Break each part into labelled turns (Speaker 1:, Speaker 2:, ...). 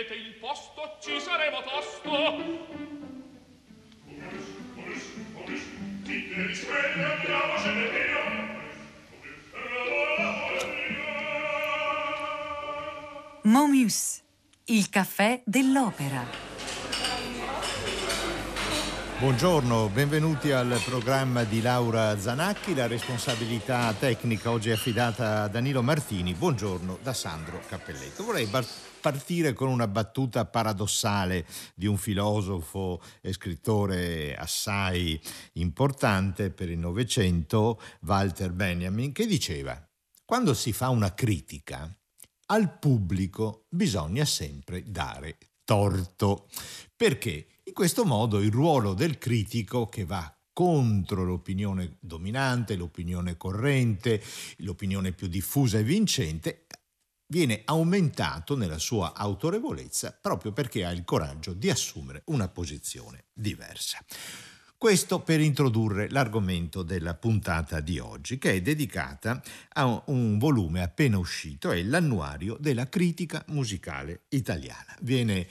Speaker 1: cedete il posto, ci saremo tosto.
Speaker 2: Momus, il caffè dell'opera.
Speaker 3: Buongiorno, benvenuti al programma di Laura Zanacchi. La responsabilità tecnica oggi è affidata a Danilo Martini. Buongiorno da Sandro Cappelletto. Vorrei partire con una battuta paradossale di un filosofo e scrittore assai importante per il Novecento, Walter Benjamin, che diceva: quando si fa una critica, al pubblico bisogna sempre dare torto. Perché? In questo modo il ruolo del critico, che va contro l'opinione dominante, l'opinione corrente, l'opinione più diffusa e vincente, viene aumentato nella sua autorevolezza proprio perché ha il coraggio di assumere una posizione diversa. Questo per introdurre l'argomento della puntata di oggi, che è dedicata a un volume appena uscito, è l'Annuario della critica musicale italiana. Viene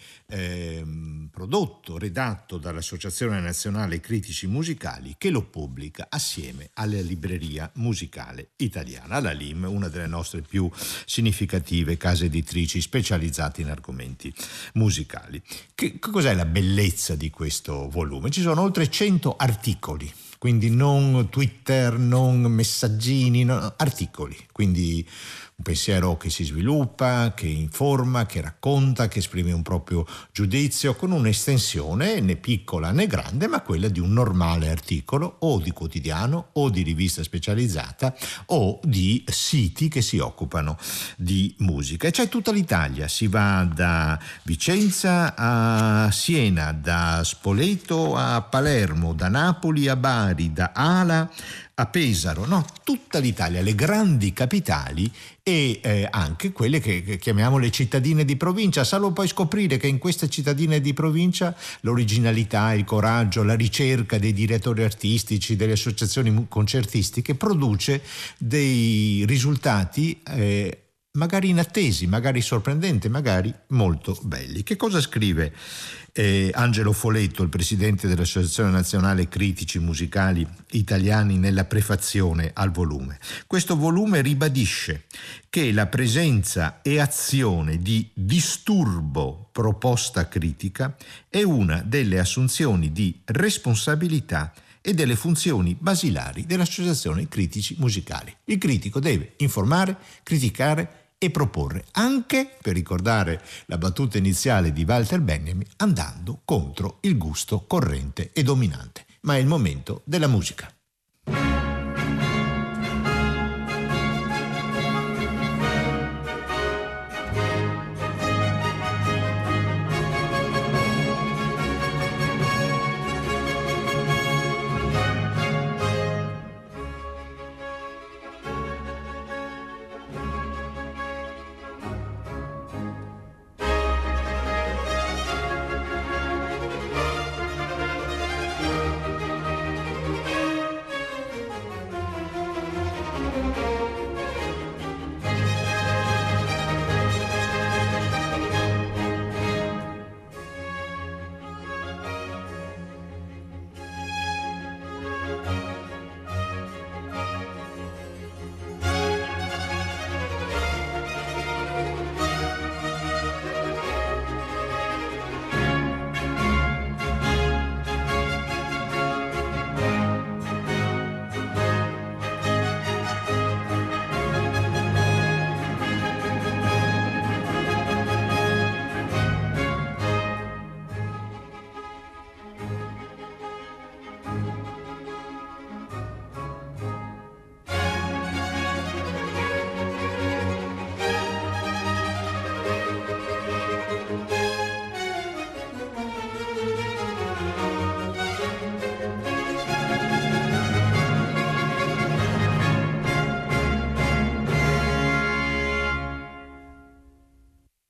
Speaker 3: prodotto, redatto dall'Associazione Nazionale Critici Musicali, che lo pubblica assieme alla Libreria Musicale Italiana, la LIM, una delle nostre più significative case editrici specializzate in argomenti musicali. Che cos'è la bellezza di questo volume? Ci sono oltre 100 articoli, quindi non Twitter, non messaggini, no, articoli, quindi un pensiero che si sviluppa, che informa, che racconta, che esprime un proprio giudizio, con un'estensione né piccola né grande, ma quella di un normale articolo o di quotidiano o di rivista specializzata o di siti che si occupano di musica. E c'è tutta l'Italia, si va da Vicenza a Siena, da Spoleto a Palermo, da Napoli a Bari, da Ala a Pesaro, no? Tutta l'Italia, le grandi capitali e anche quelle che chiamiamo le cittadine di provincia, salvo poi scoprire che in queste cittadine di provincia l'originalità, il coraggio, la ricerca dei direttori artistici, delle associazioni concertistiche produce dei risultati magari inattesi, magari sorprendenti, magari molto belli. Che cosa scrive Angelo Foletto, il presidente dell'Associazione Nazionale Critici Musicali Italiani, nella prefazione al volume? Questo volume ribadisce che la presenza e azione di disturbo proposta critica è una delle assunzioni di responsabilità e delle funzioni basilari dell'Associazione Critici Musicali. Il critico deve informare, criticare e proporre, anche, per ricordare la battuta iniziale di Walter Benjamin, andando contro il gusto corrente e dominante. Ma è il momento della musica.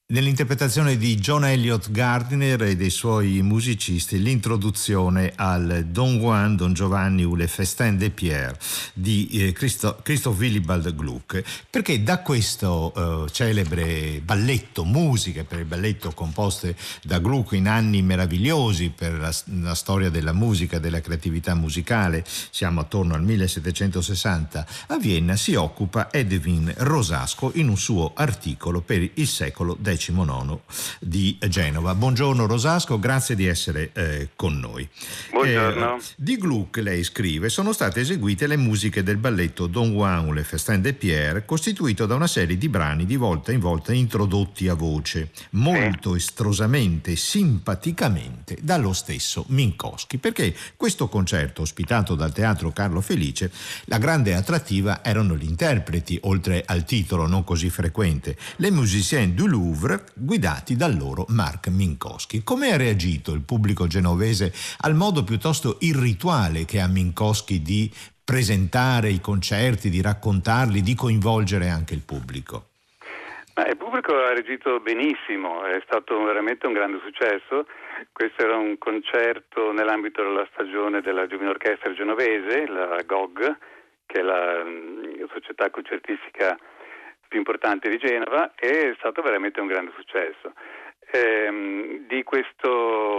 Speaker 3: Nell'interpretazione di John Elliott Gardiner e dei suoi musicisti, l'introduzione al Don Juan, Don Giovanni ou le Festin de Pierre di Christoph Willibald Gluck, perché da questo celebre balletto, musiche per il balletto composte da Gluck in anni meravigliosi per la storia della musica, della creatività musicale, siamo attorno al 1760, a Vienna si occupa Edwin Rosasco in un suo articolo per il secolo XIX di Genova. Buongiorno Rosasco, grazie di essere con noi.
Speaker 4: Buongiorno.
Speaker 3: Di Gluck lei scrive: sono state eseguite le musiche del balletto Don Juan ou le Festin de Pierre, costituito da una serie di brani di volta in volta introdotti a voce, molto estrosamente e simpaticamente dallo stesso Minkowski, perché questo concerto ospitato dal Teatro Carlo Felice, la grande attrattiva erano gli interpreti, oltre al titolo non così frequente, les musiciens du Louvre, guidati dal loro Marc Minkowski. Come ha reagito il pubblico genovese al modo piuttosto irrituale che ha Minkowski di presentare i concerti, di raccontarli, di coinvolgere anche il pubblico?
Speaker 4: Il pubblico ha reagito benissimo, è stato veramente un grande successo. Questo era un concerto nell'ambito della stagione della Giovine Orchestra Genovese, la GOG, che è la società concertistica più importante di Genova, e è stato veramente un grande successo. Di questo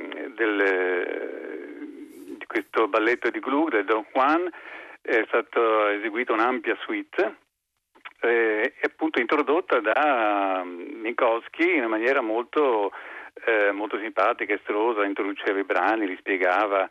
Speaker 4: balletto di Gluck, del Don Juan, è stata eseguita un'ampia suite, appunto introdotta da Minkowski in una maniera molto simpatica, estrosa, introduceva i brani, li spiegava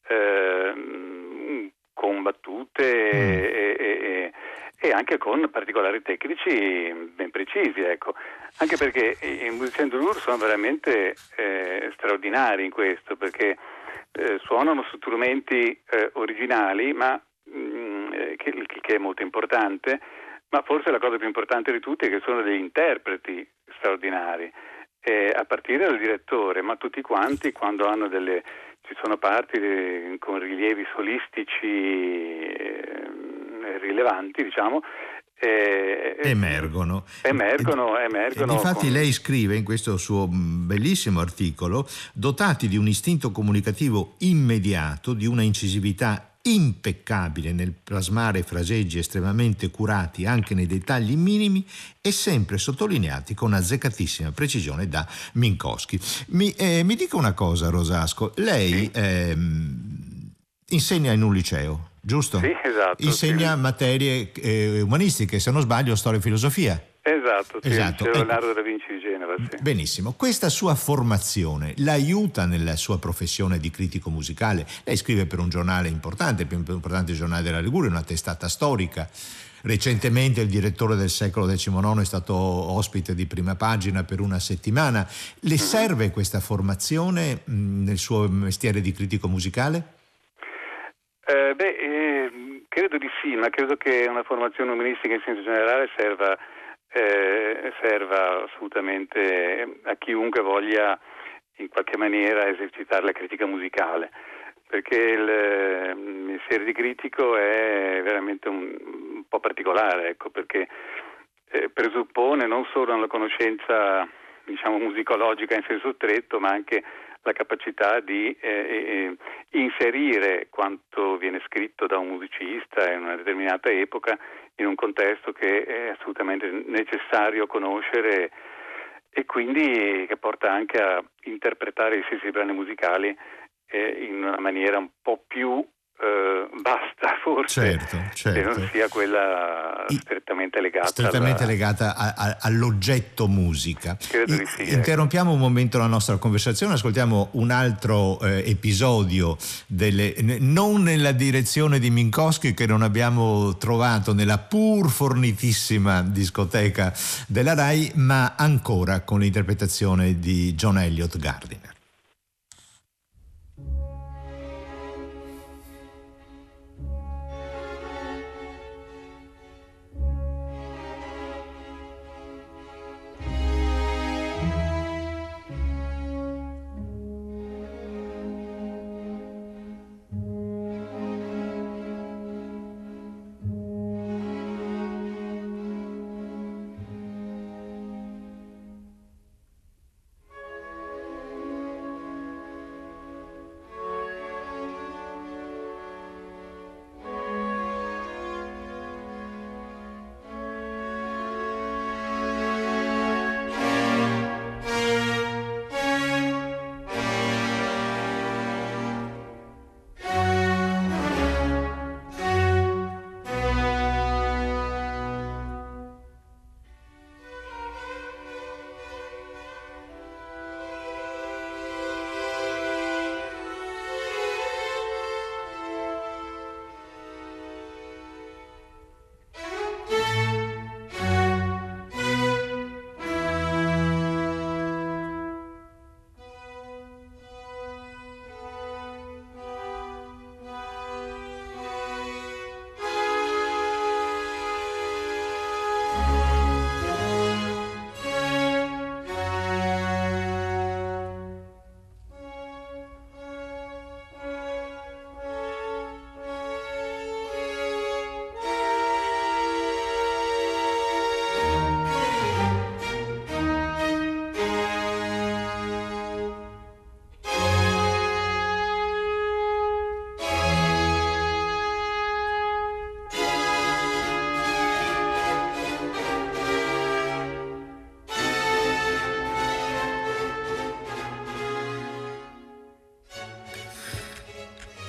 Speaker 4: con battute e anche con particolari tecnici ben precisi, ecco. Anche perché i musicieni du Louvre sono veramente straordinari in questo, perché suonano su strumenti originali, ma che è molto importante, ma forse la cosa più importante di tutti è che sono degli interpreti straordinari, a partire dal direttore, ma tutti quanti, quando hanno ci sono parti con rilievi solistici rilevanti, diciamo,
Speaker 3: emergono. Difatti lei scrive in questo suo bellissimo articolo: dotati di un istinto comunicativo immediato, di una incisività impeccabile nel plasmare fraseggi estremamente curati anche nei dettagli minimi e sempre sottolineati con azzeccatissima precisione da Minkowski. Mi dica una cosa, Rosasco, lei insegna in un liceo, giusto?
Speaker 4: Sì, esatto.
Speaker 3: Insegna materie umanistiche, se non sbaglio, storia e filosofia.
Speaker 4: Esatto, sì,
Speaker 3: esatto.
Speaker 4: Leonardo da Vinci di Genova, sì.
Speaker 3: Benissimo. Questa sua formazione l'aiuta nella sua professione di critico musicale? Lei scrive per un giornale importante, il più importante giornale della Liguria, una testata storica. Recentemente il direttore del secolo XIX è stato ospite di Prima Pagina per una settimana. Le serve questa formazione nel suo mestiere di critico musicale?
Speaker 4: Credo di sì, ma credo che una formazione umanistica in senso generale serva assolutamente a chiunque voglia in qualche maniera esercitare la critica musicale, perché il mestiere di critico è veramente un po' particolare, ecco, perché presuppone non solo una conoscenza, diciamo, musicologica in senso stretto, ma anche la capacità di inserire quanto viene scritto da un musicista in una determinata epoca in un contesto che è assolutamente necessario conoscere, e quindi che porta anche a interpretare i stessi brani musicali in una maniera un po' più basta, forse,
Speaker 3: certo.
Speaker 4: che non sia quella strettamente
Speaker 3: legata all'oggetto musica.
Speaker 4: Credo di sì.
Speaker 3: Interrompiamo un momento la nostra conversazione, ascoltiamo un altro episodio non nella direzione di Minkowski, che non abbiamo trovato nella pur fornitissima discoteca della Rai, ma ancora con l'interpretazione di John Elliott Gardiner.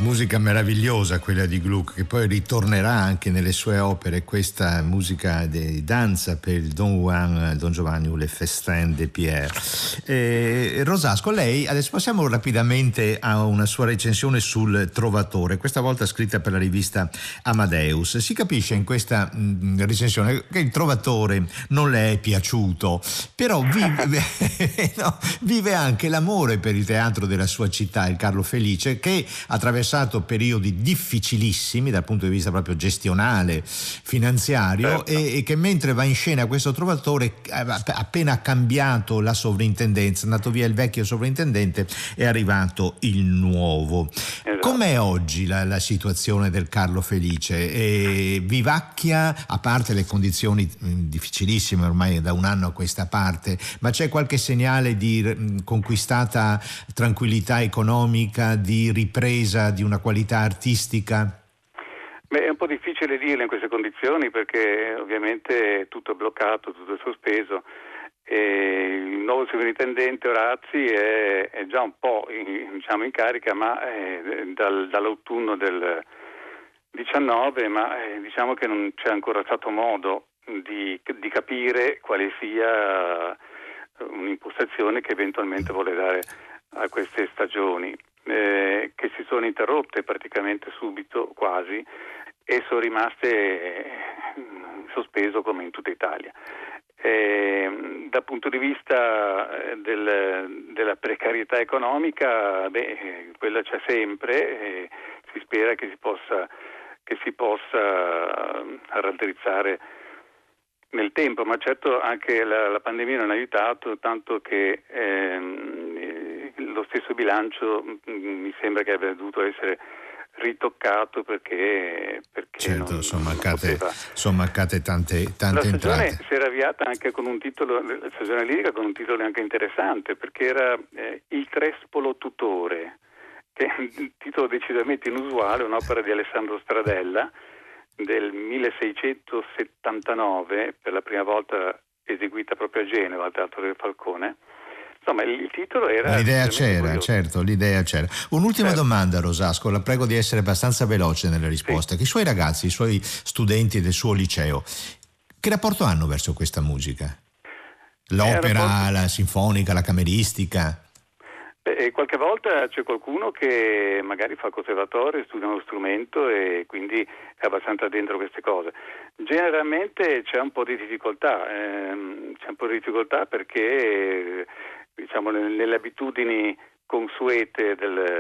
Speaker 3: Musica meravigliosa quella di Gluck, che poi ritornerà anche nelle sue opere, questa musica di danza per il Don Giovanni ou le Festin de Pierre. Rosasco, lei adesso passiamo rapidamente a una sua recensione sul Trovatore, questa volta scritta per la rivista Amadeus. Si capisce in questa recensione che il Trovatore non le è piaciuto, però vive anche l'amore per il teatro della sua città, il Carlo Felice, che attraversato periodi difficilissimi dal punto di vista proprio gestionale, finanziario, e che mentre va in scena questo Trovatore ha appena cambiato la sovrintendenza, è andato via il vecchio sovrintendente, è arrivato il nuovo. Com'è oggi la situazione del Carlo Felice? Vivacchia, a parte le condizioni difficilissime ormai da un anno a questa parte, ma c'è qualche segnale di conquistata tranquillità economica, di ripresa di una qualità artistica?
Speaker 4: Beh, è un po' difficile dirlo in queste condizioni perché ovviamente è tutto bloccato, tutto è sospeso. E il nuovo sovrintendente Orazzi è già un po' in carica, ma dall'autunno del 19, ma diciamo che non c'è ancora stato modo di capire quale sia un'impostazione che eventualmente vuole dare a queste stagioni, che si sono interrotte praticamente subito quasi e sono rimaste in sospeso come in tutta Italia. Dal punto di vista della precarietà economica, quella c'è sempre, si spera che si possa raddrizzare nel tempo, ma certo anche la pandemia non ha aiutato, tanto che lo stesso bilancio mi sembra che abbia dovuto essere ritoccato perché
Speaker 3: certo, sono mancate tante
Speaker 4: la stagione
Speaker 3: entrate.
Speaker 4: Si era avviata anche con un titolo, la stagione lirica con un titolo anche interessante, perché era Il Trespolo Tutore, che è un titolo decisamente inusuale, un'opera di Alessandro Stradella del 1679, per la prima volta eseguita proprio a Genova al Teatro del Falcone. Insomma, il titolo era...
Speaker 3: L'idea c'era, certo, l'idea c'era. Un'ultima domanda, Rosasco, la prego di essere abbastanza veloce nelle risposte. Sì. Che i suoi ragazzi, i suoi studenti del suo liceo, che rapporto hanno verso questa musica? L'opera, la sinfonica, la cameristica?
Speaker 4: Qualche volta c'è qualcuno che magari fa il conservatorio, studia uno strumento e quindi è abbastanza dentro queste cose. Generalmente c'è un po' di difficoltà, perché diciamo nelle abitudini consuete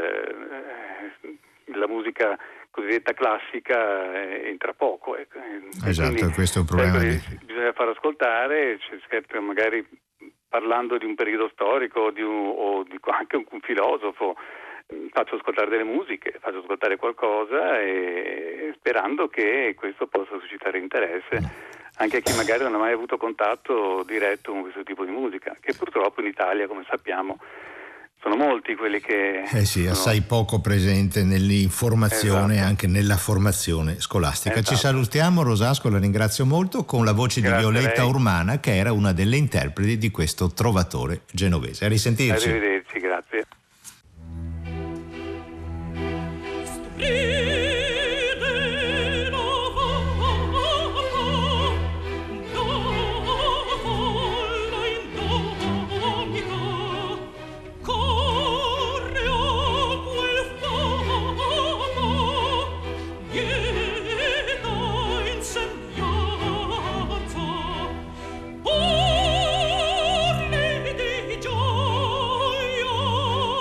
Speaker 4: della musica cosiddetta classica entra poco.
Speaker 3: Esatto,
Speaker 4: quindi,
Speaker 3: questo è un problema.
Speaker 4: Bisogna far ascoltare, magari parlando di un periodo storico o di anche un filosofo, faccio ascoltare delle musiche, faccio ascoltare qualcosa e sperando che questo possa suscitare interesse anche a chi magari non ha mai avuto contatto diretto con questo tipo di musica, che purtroppo in Italia, come sappiamo, sono molti quelli che...
Speaker 3: assai poco presente nell'informazione,
Speaker 4: esatto,
Speaker 3: anche nella formazione scolastica.
Speaker 4: Esatto.
Speaker 3: Ci salutiamo, Rosasco, la ringrazio molto, con la voce di Violetta Urmana, che era una delle interpreti di questo Trovatore genovese. A risentirci.
Speaker 4: Arrivederci, grazie.
Speaker 1: Orle di gioia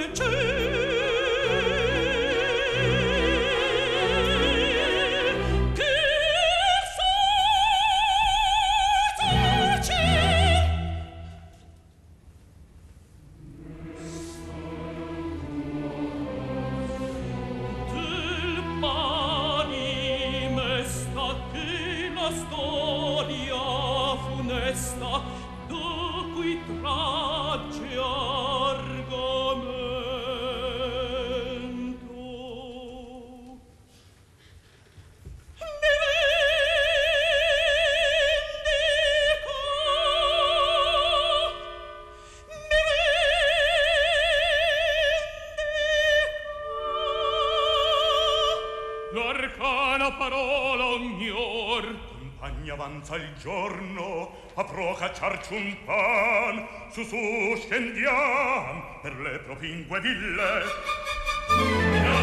Speaker 1: L'arcana parola ognor
Speaker 5: compagni avanza il giorno a procacciarci un pan su scendiam per le propinque ville.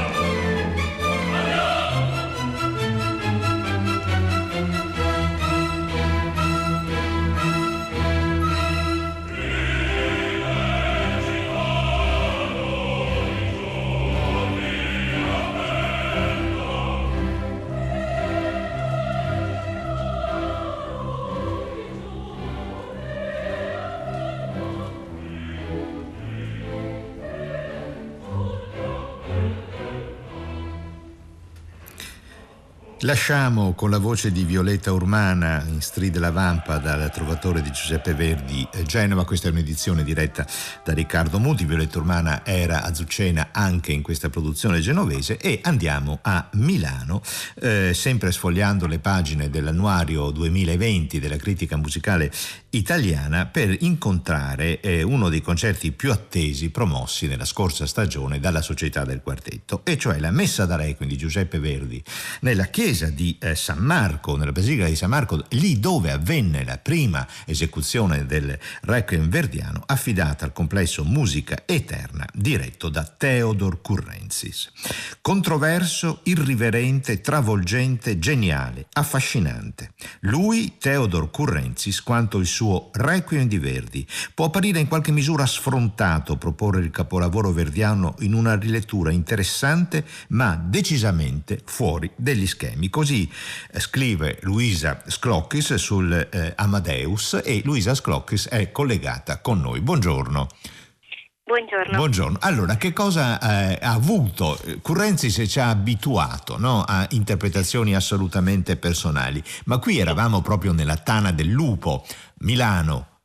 Speaker 3: Lasciamo con la voce di Violetta Urmana in Stride la Vampa dal Trovatore di Giuseppe Verdi Genova. Questa è un'edizione diretta da Riccardo Muti. Violetta Urmana era azucena anche in questa produzione genovese. E andiamo a Milano, sempre sfogliando le pagine dell'annuario 2020 della critica musicale italiana, per incontrare uno dei concerti più attesi promossi nella scorsa stagione dalla Società del Quartetto, e cioè la Messa da Requiem di Giuseppe Verdi nella chiesa di San Marco, nella Basilica di San Marco, lì dove avvenne la prima esecuzione del Requiem verdiano, affidata al complesso Musica Eterna diretto da Theodor Currenzis. Controverso, irriverente, travolgente, geniale, affascinante. Lui, Theodor Currenzis, quanto il suo Requiem di Verdi. Può apparire in qualche misura sfrontato proporre il capolavoro verdiano in una rilettura interessante, ma decisamente fuori degli schemi. Così scrive Luisa Sclockis sul Amadeus, e Luisa Sclockis è collegata con noi. Buongiorno.
Speaker 6: Buongiorno.
Speaker 3: Buongiorno. Allora, che cosa ha avuto? Currenzis ci ha abituato, no, a interpretazioni assolutamente personali, ma qui eravamo proprio nella tana del lupo. Milano,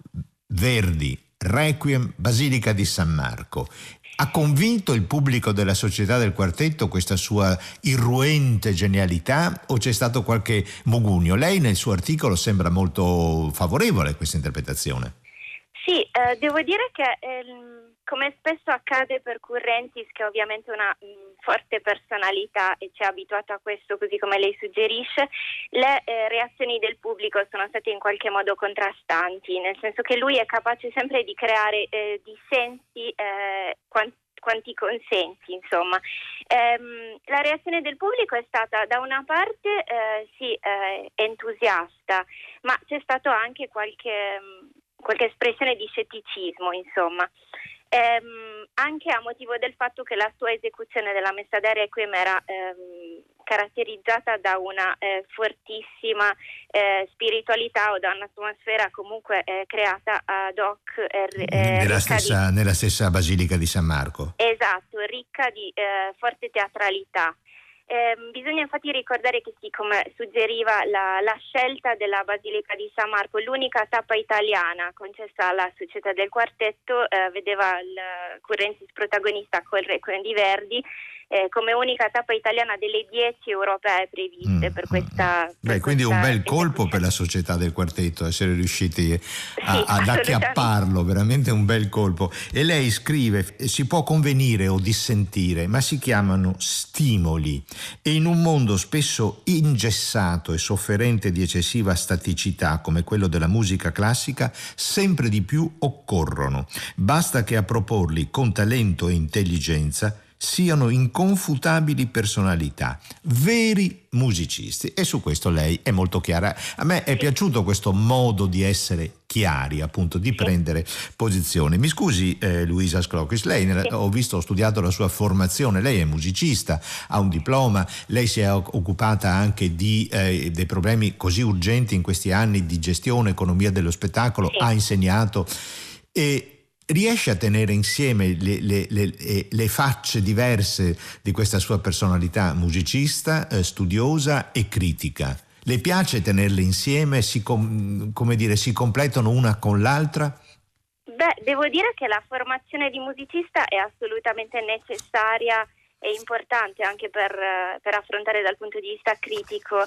Speaker 3: Verdi, Requiem, Basilica di San Marco. Ha convinto il pubblico della Società del Quartetto questa sua irruente genialità, o c'è stato qualche mogugno? Lei nel suo articolo sembra molto favorevole a questa interpretazione.
Speaker 6: Sì, devo dire che come spesso accade per Currenzis, che è ovviamente una forte personalità e ci ha abituato a questo, così come lei suggerisce, le reazioni del pubblico sono state in qualche modo contrastanti, nel senso che lui è capace sempre di creare dissensi quanti consensi, insomma. La reazione del pubblico è stata da una parte entusiasta, ma c'è stato anche qualche espressione di scetticismo, insomma. Anche a motivo del fatto che la sua esecuzione della Messa da Requiem era caratterizzata da una fortissima spiritualità, o da un'atmosfera comunque creata ad hoc
Speaker 3: nella stessa Basilica di San Marco.
Speaker 6: Esatto, ricca di forte teatralità. Bisogna infatti ricordare che sì, come suggeriva la scelta della Basilica di San Marco, l'unica tappa italiana concessa alla Società del Quartetto, vedeva il Currenzis protagonista col Requiem di Verdi, come unica tappa italiana delle 10 europee previste per questa.
Speaker 3: Quindi un bel colpo per la Società del Quartetto essere riusciti ad acchiapparlo, veramente un bel colpo. E lei scrive: si può convenire o dissentire, ma si chiamano stimoli, e in un mondo spesso ingessato e sofferente di eccessiva staticità come quello della musica classica, sempre di più occorrono. Basta che a proporli con talento e intelligenza siano inconfutabili personalità, veri musicisti, e su questo lei è molto chiara. A me è piaciuto questo modo di essere chiari, appunto, di prendere posizione. Mi scusi, Luisa Sclocchis, lei ho studiato la sua formazione, lei è musicista, ha un diploma, lei si è occupata anche dei problemi così urgenti in questi anni di gestione, economia dello spettacolo, ha insegnato e riesce a tenere insieme le facce diverse di questa sua personalità musicista, studiosa e critica. Le piace tenerle insieme? Si completano una con l'altra?
Speaker 6: Beh, devo dire che la formazione di musicista è assolutamente necessaria e importante anche per affrontare dal punto di vista critico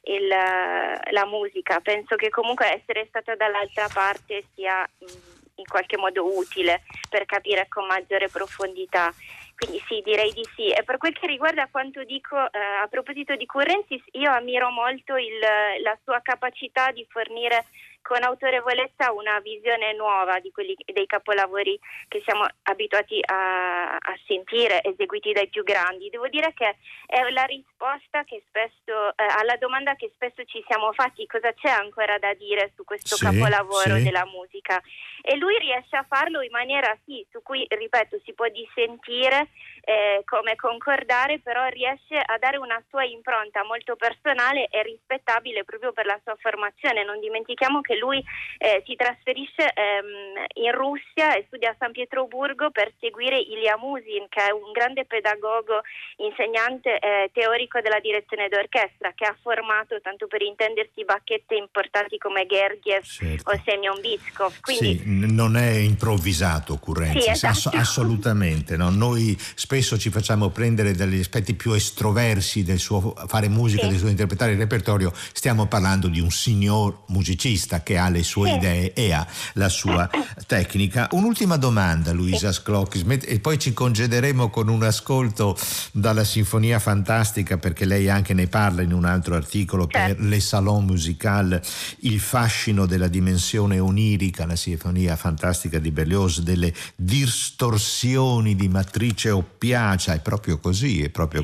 Speaker 6: la musica. Penso che comunque essere stata dall'altra parte sia in qualche modo utile per capire con maggiore profondità. Quindi sì, direi di sì. E per quel che riguarda quanto dico a proposito di Currentis, io ammiro molto la sua capacità di fornire con autorevolezza una visione nuova dei capolavori che siamo abituati a sentire eseguiti dai più grandi. Devo dire che è la risposta che spesso alla domanda che spesso ci siamo fatti: cosa c'è ancora da dire su questo capolavoro della musica? E lui riesce a farlo in maniera su cui, ripeto, si può dissentire, come concordare, però riesce a dare una sua impronta molto personale e rispettabile proprio per la sua formazione. Non dimentichiamo che lui si trasferisce in Russia e studia a San Pietroburgo per seguire Ilya Musin, che è un grande pedagogo, insegnante teorico della direzione d'orchestra, che ha formato, tanto per intendersi, bacchette importanti come Gergiev o Semyon Bitskov. Quindi
Speaker 3: non è improvvisato Currentis,
Speaker 6: esatto.
Speaker 3: Assolutamente no. Noi spesso ci facciamo prendere dagli aspetti più estroversi del suo fare musica, del suo interpretare il repertorio. Stiamo parlando di un signor musicista che ha le sue idee e ha la sua tecnica. Un'ultima domanda, Luisa Sclocchis, e poi ci congederemo con un ascolto dalla Sinfonia Fantastica, perché lei anche ne parla in un altro articolo per Le Salon Musical, il fascino della dimensione onirica, la Sinfonia Fantastica di Berlioz, delle distorsioni di matrice oppiacea. È proprio così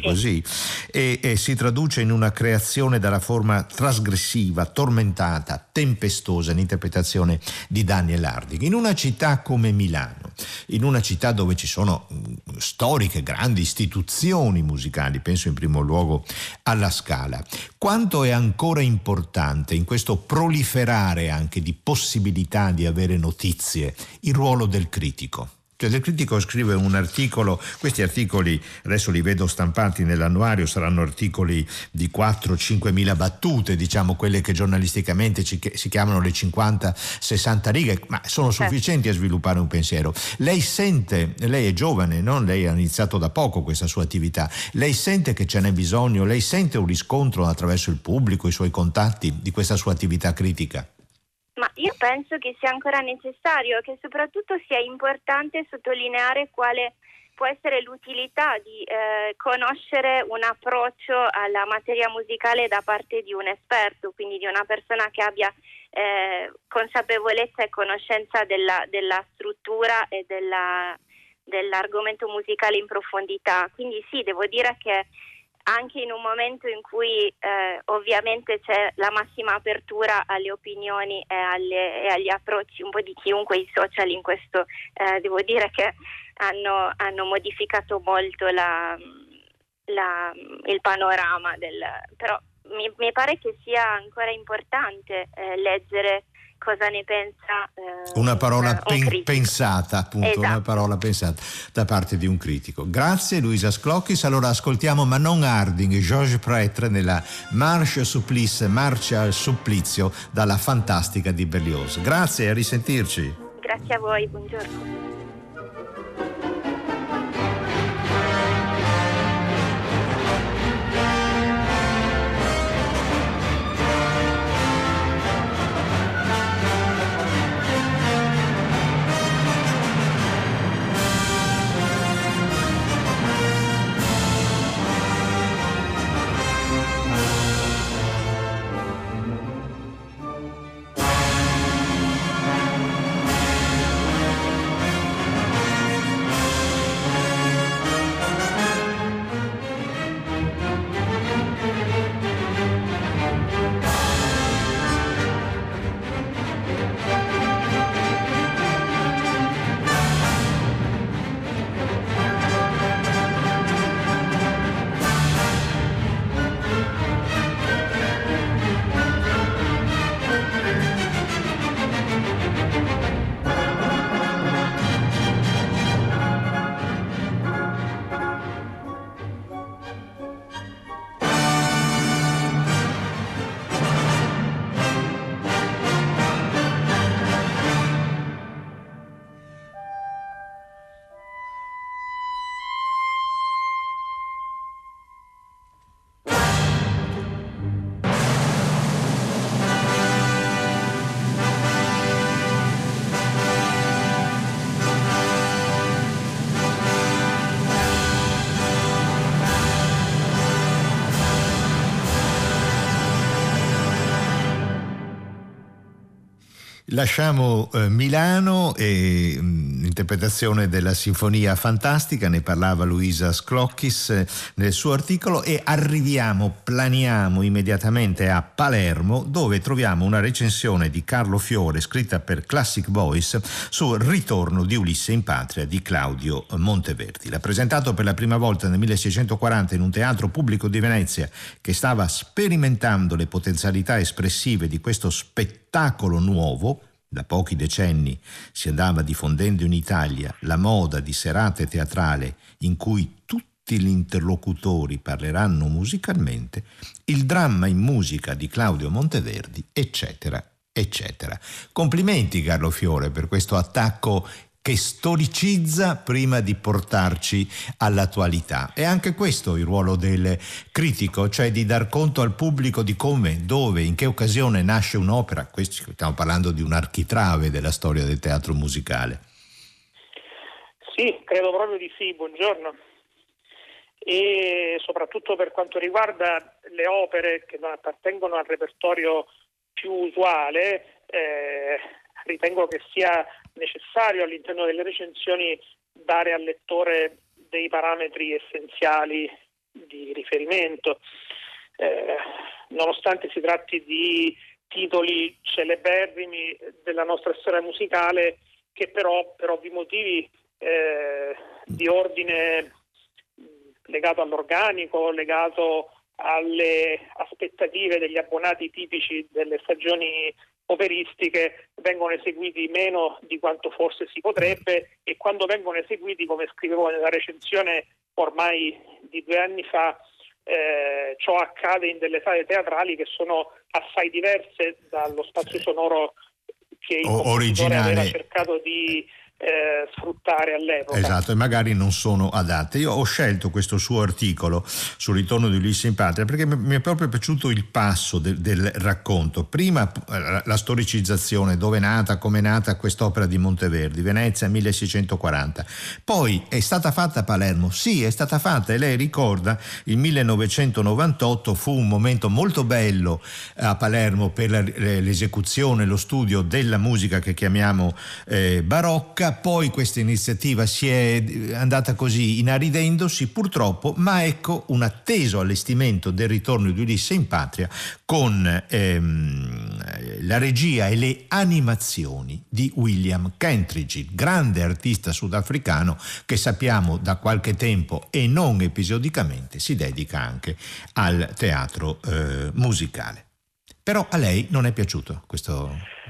Speaker 3: e si traduce in una creazione dalla forma trasgressiva, tormentata, tempestosa, l'interpretazione di Daniel Harding. In una città come Milano, in una città dove ci sono storiche grandi istituzioni musicali, penso in primo luogo alla Scala, quanto è ancora importante in questo proliferare anche di possibilità di avere notizie il ruolo del critico? Del critico scrive un articolo, questi articoli adesso li vedo stampati nell'annuario, saranno articoli di 4-5 mila battute, diciamo quelle che giornalisticamente si chiamano le 50-60 righe, ma sono sufficienti a sviluppare un pensiero. Lei è giovane, no? Lei ha iniziato da poco questa sua attività, lei sente che ce n'è bisogno, lei sente un riscontro attraverso il pubblico, i suoi contatti di questa sua attività critica?
Speaker 6: Ma io penso che sia ancora necessario e che soprattutto sia importante sottolineare quale può essere l'utilità di conoscere un approccio alla materia musicale da parte di un esperto, quindi di una persona che abbia consapevolezza e conoscenza della struttura e dell'argomento musicale in profondità. Quindi sì, devo dire che anche in un momento in cui ovviamente c'è la massima apertura alle opinioni e agli approcci un po' di chiunque, i social in questo devo dire che hanno modificato molto il panorama però mi pare che sia ancora importante leggere cosa ne pensa
Speaker 3: una parola
Speaker 6: un
Speaker 3: pensata, appunto. Esatto. Una parola pensata da parte di un critico. Grazie Luisa Sclocchis. Allora ascoltiamo Manon Harding e Georges Prêtre nella Marche al supplizio dalla Fantastica di Berlioz. Grazie, a risentirci.
Speaker 6: Grazie a voi, buongiorno.
Speaker 3: Lasciamo Milano e l'interpretazione della Sinfonia Fantastica, ne parlava Luisa Sclocchis nel suo articolo, e planiamo immediatamente a Palermo, dove troviamo una recensione di Carlo Fiore scritta per Classic Voice sul Ritorno di Ulisse in patria di Claudio Monteverdi. L'ha presentato per la prima volta nel 1640 in un teatro pubblico di Venezia che stava sperimentando le potenzialità espressive di questo spettacolo nuovo. Da pochi decenni si andava diffondendo in Italia la moda di serate teatrale in cui tutti gli interlocutori parleranno musicalmente, il dramma in musica di Claudio Monteverdi, eccetera, eccetera. Complimenti Carlo Fiore per questo attacco che storicizza prima di portarci all'attualità. E anche questo il ruolo del critico, cioè di dar conto al pubblico di come, dove, in che occasione nasce un'opera. Stiamo parlando di un architrave della storia del teatro musicale.
Speaker 7: Sì, credo proprio di sì, buongiorno. E soprattutto per quanto riguarda le opere che non appartengono al repertorio più usuale, ritengo che sia necessario all'interno delle recensioni dare al lettore dei parametri essenziali di riferimento, nonostante si tratti di titoli celeberrimi della nostra storia musicale che però per ovvi motivi di ordine legato all'organico, legato alle aspettative degli abbonati tipici delle stagioni operistiche, vengono eseguiti meno di quanto forse si potrebbe, e quando vengono eseguiti, come scrivevo nella recensione ormai di 2 anni fa, ciò accade in delle sale teatrali che sono assai diverse dallo spazio sonoro che il compositore aveva cercato di sfruttare all'epoca.
Speaker 3: Esatto, e magari non sono adatte. Io ho scelto questo suo articolo sul Ritorno di Ulisse in patria perché mi è proprio piaciuto il passo del racconto. Prima la storicizzazione, dove è nata, come è nata quest'opera di Monteverdi, Venezia 1640. Poi è stata fatta a Palermo, sì, è stata fatta, e lei ricorda il 1998 fu un momento molto bello a Palermo per l'esecuzione, lo studio della musica che chiamiamo barocca. Poi questa iniziativa si è andata così inaridendosi purtroppo, ma ecco un atteso allestimento del Ritorno di Ulisse in patria con la regia e le animazioni di William Kentridge, il grande artista sudafricano che sappiamo da qualche tempo e non episodicamente si dedica anche al teatro musicale. Però a lei non è piaciuto questo?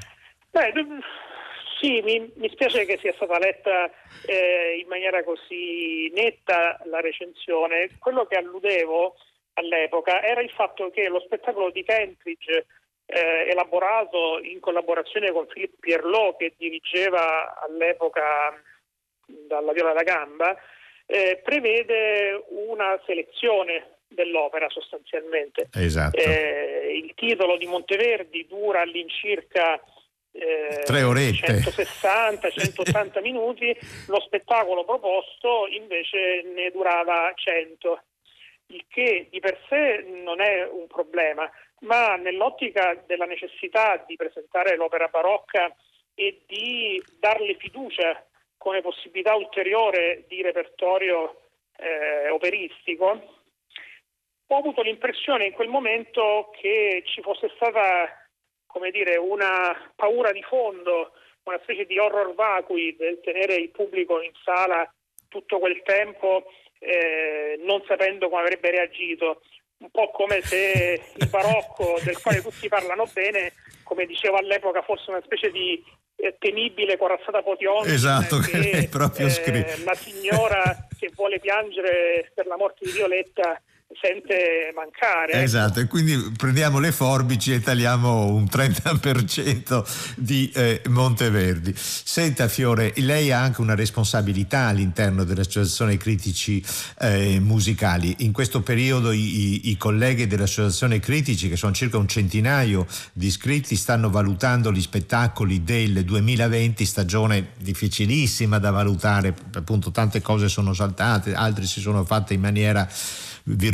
Speaker 7: Sì, mi spiace che sia stata letta in maniera così netta la recensione. Quello che alludevo all'epoca era il fatto che lo spettacolo di Kentridge, elaborato in collaborazione con Philippe Pierlot, che dirigeva all'epoca dalla Viola da Gamba, prevede una selezione dell'opera sostanzialmente.
Speaker 3: Esatto.
Speaker 7: Il titolo di Monteverdi dura all'incirca
Speaker 3: 3 orette,
Speaker 7: 160-180 minuti, lo spettacolo proposto invece ne durava 100, il che di per sé non è un problema, ma nell'ottica della necessità di presentare l'opera barocca e di darle fiducia come possibilità ulteriore di repertorio operistico, ho avuto l'impressione in quel momento che ci fosse stata, come dire, una paura di fondo, una specie di horror vacui del tenere il pubblico in sala tutto quel tempo non sapendo come avrebbe reagito, un po' come se il barocco, del quale tutti parlano bene, come dicevo all'epoca, fosse una specie di temibile corazzata Potionkin.
Speaker 3: Esatto,
Speaker 7: che
Speaker 3: è proprio
Speaker 7: la signora che vuole piangere per la morte di Violetta sente mancare.
Speaker 3: Esatto, e quindi prendiamo le forbici e tagliamo un 30% di Monteverdi. Senta Fiore, lei ha anche una responsabilità all'interno dell'Associazione Critici Musicali. In questo periodo i colleghi dell'Associazione Critici, che sono circa un centinaio di iscritti, stanno valutando gli spettacoli del 2020, stagione difficilissima da valutare, appunto tante cose sono saltate, altre si sono fatte in maniera virtuosa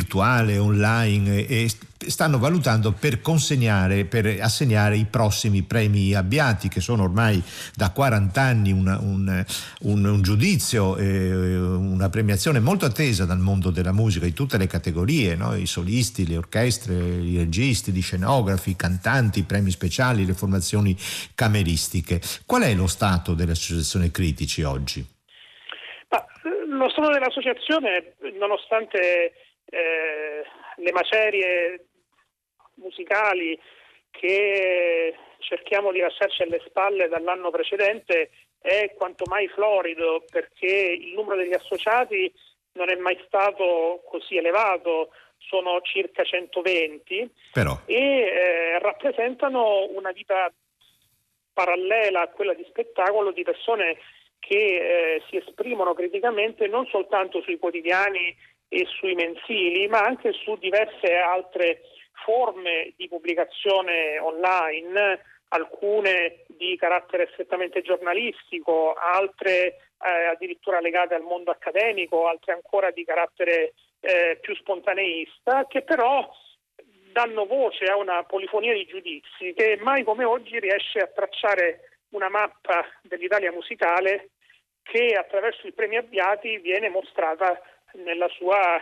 Speaker 3: virtuale, online, e stanno valutando per assegnare i prossimi premi Abbiati, che sono ormai da 40 anni un giudizio, una premiazione molto attesa dal mondo della musica di tutte le categorie, no? I solisti, le orchestre, i registi, gli scenografi, i cantanti, i premi speciali, le formazioni cameristiche. Qual è lo stato dell'Associazione Critici oggi?
Speaker 7: Lo stato dell'associazione, nonostante le macerie musicali che cerchiamo di lasciarci alle spalle dall'anno precedente, è quanto mai florido, perché il numero degli associati non è mai stato così elevato, sono circa 120,
Speaker 3: però,
Speaker 7: e rappresentano una vita parallela a quella di spettacolo di persone che si esprimono criticamente non soltanto sui quotidiani e sui mensili, ma anche su diverse altre forme di pubblicazione online, alcune di carattere strettamente giornalistico, altre addirittura legate al mondo accademico, altre ancora di carattere più spontaneista, che però danno voce a una polifonia di giudizi che mai come oggi riesce a tracciare una mappa dell'Italia musicale che attraverso i premi Abbiati viene mostrata nella sua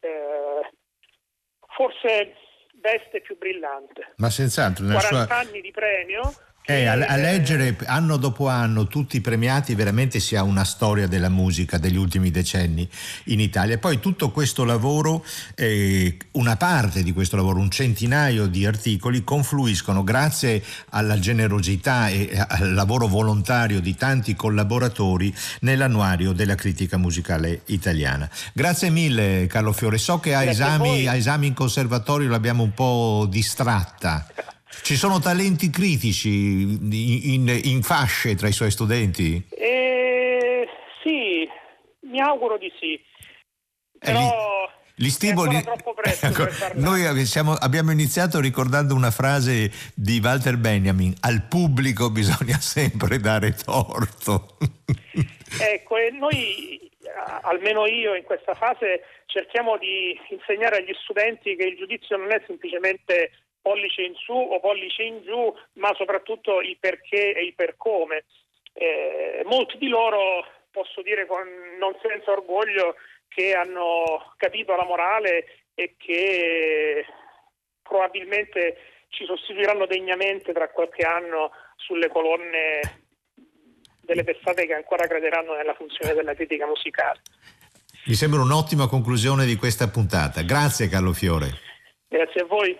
Speaker 7: forse veste più brillante.
Speaker 3: Ma senz'altro
Speaker 7: 40 anni di premio.
Speaker 3: A leggere anno dopo anno tutti i premiati, veramente si ha una storia della musica degli ultimi decenni in Italia. Poi tutto questo lavoro, una parte di questo lavoro, un centinaio di articoli, confluiscono grazie alla generosità e al lavoro volontario di tanti collaboratori nell'annuario della critica musicale italiana. Grazie mille Carlo Fiore, so che ha esami in conservatorio, l'abbiamo un po' distratta. Ci sono talenti critici in fasce tra i suoi studenti?
Speaker 7: Sì, mi auguro di sì. Però
Speaker 3: gli stimoli...
Speaker 7: è troppo presto per parlare.
Speaker 3: Noi abbiamo iniziato ricordando una frase di Walter Benjamin: al pubblico bisogna sempre dare torto.
Speaker 7: Ecco, e noi, almeno io in questa fase, cerchiamo di insegnare agli studenti che il giudizio non è semplicemente pollice in su o pollice in giù, ma soprattutto il perché e il per come. Molti di loro, posso dire non senza orgoglio, che hanno capito la morale e che probabilmente ci sostituiranno degnamente tra qualche anno sulle colonne delle testate che ancora crederanno nella funzione della critica musicale.
Speaker 3: Mi sembra un'ottima conclusione di questa puntata. Grazie Carlo Fiore.
Speaker 7: Grazie a voi.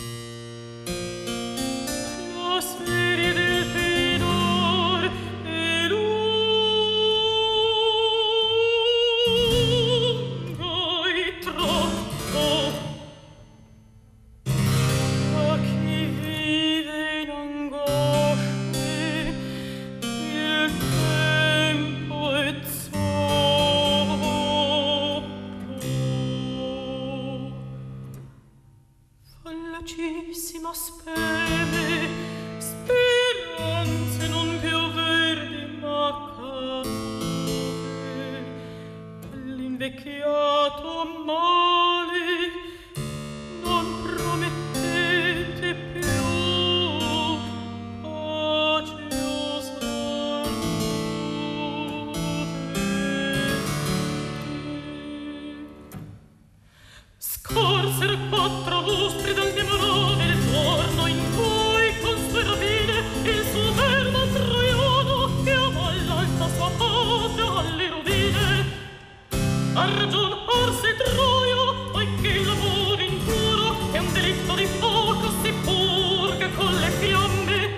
Speaker 1: Speme, speranze non più verdi ma care, all'invecchiato male non promettete più pace o salute. Scorsero 4 lustri dal demorone giorno in cui con sue rapine il suo verbo troiano chiamò all'alta sua patria alle rovine. Ha ragion forse Troio, poiché il lavoro impuro è un delitto di fuoco, si purga con le fiamme.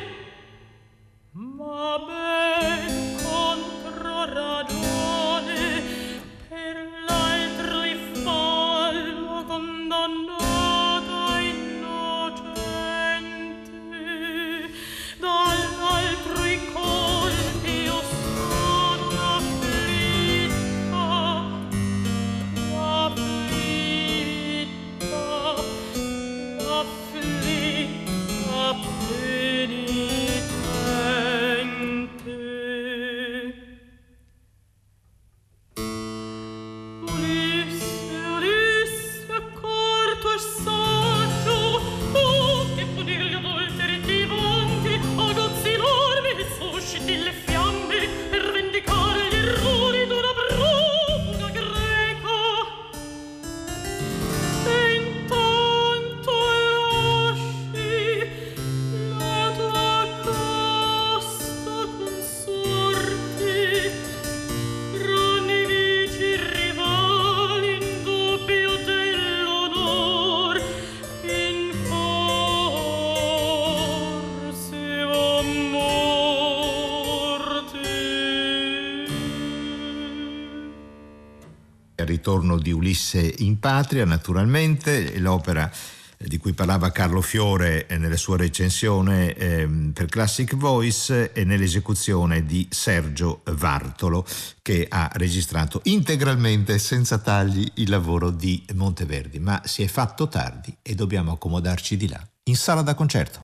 Speaker 1: Ma ben contro ragione per l'altro il fallo condannato dall'altro i colpi io sono afflitta, afflitta.
Speaker 3: al ritorno di Ulisse in patria, naturalmente, l'opera di cui parlava Carlo Fiore nella sua recensione per Classic Voice e nell'esecuzione di Sergio Vartolo, che ha registrato integralmente, senza tagli, il lavoro di Monteverdi. Ma si è fatto tardi e dobbiamo accomodarci di là, in sala da concerto.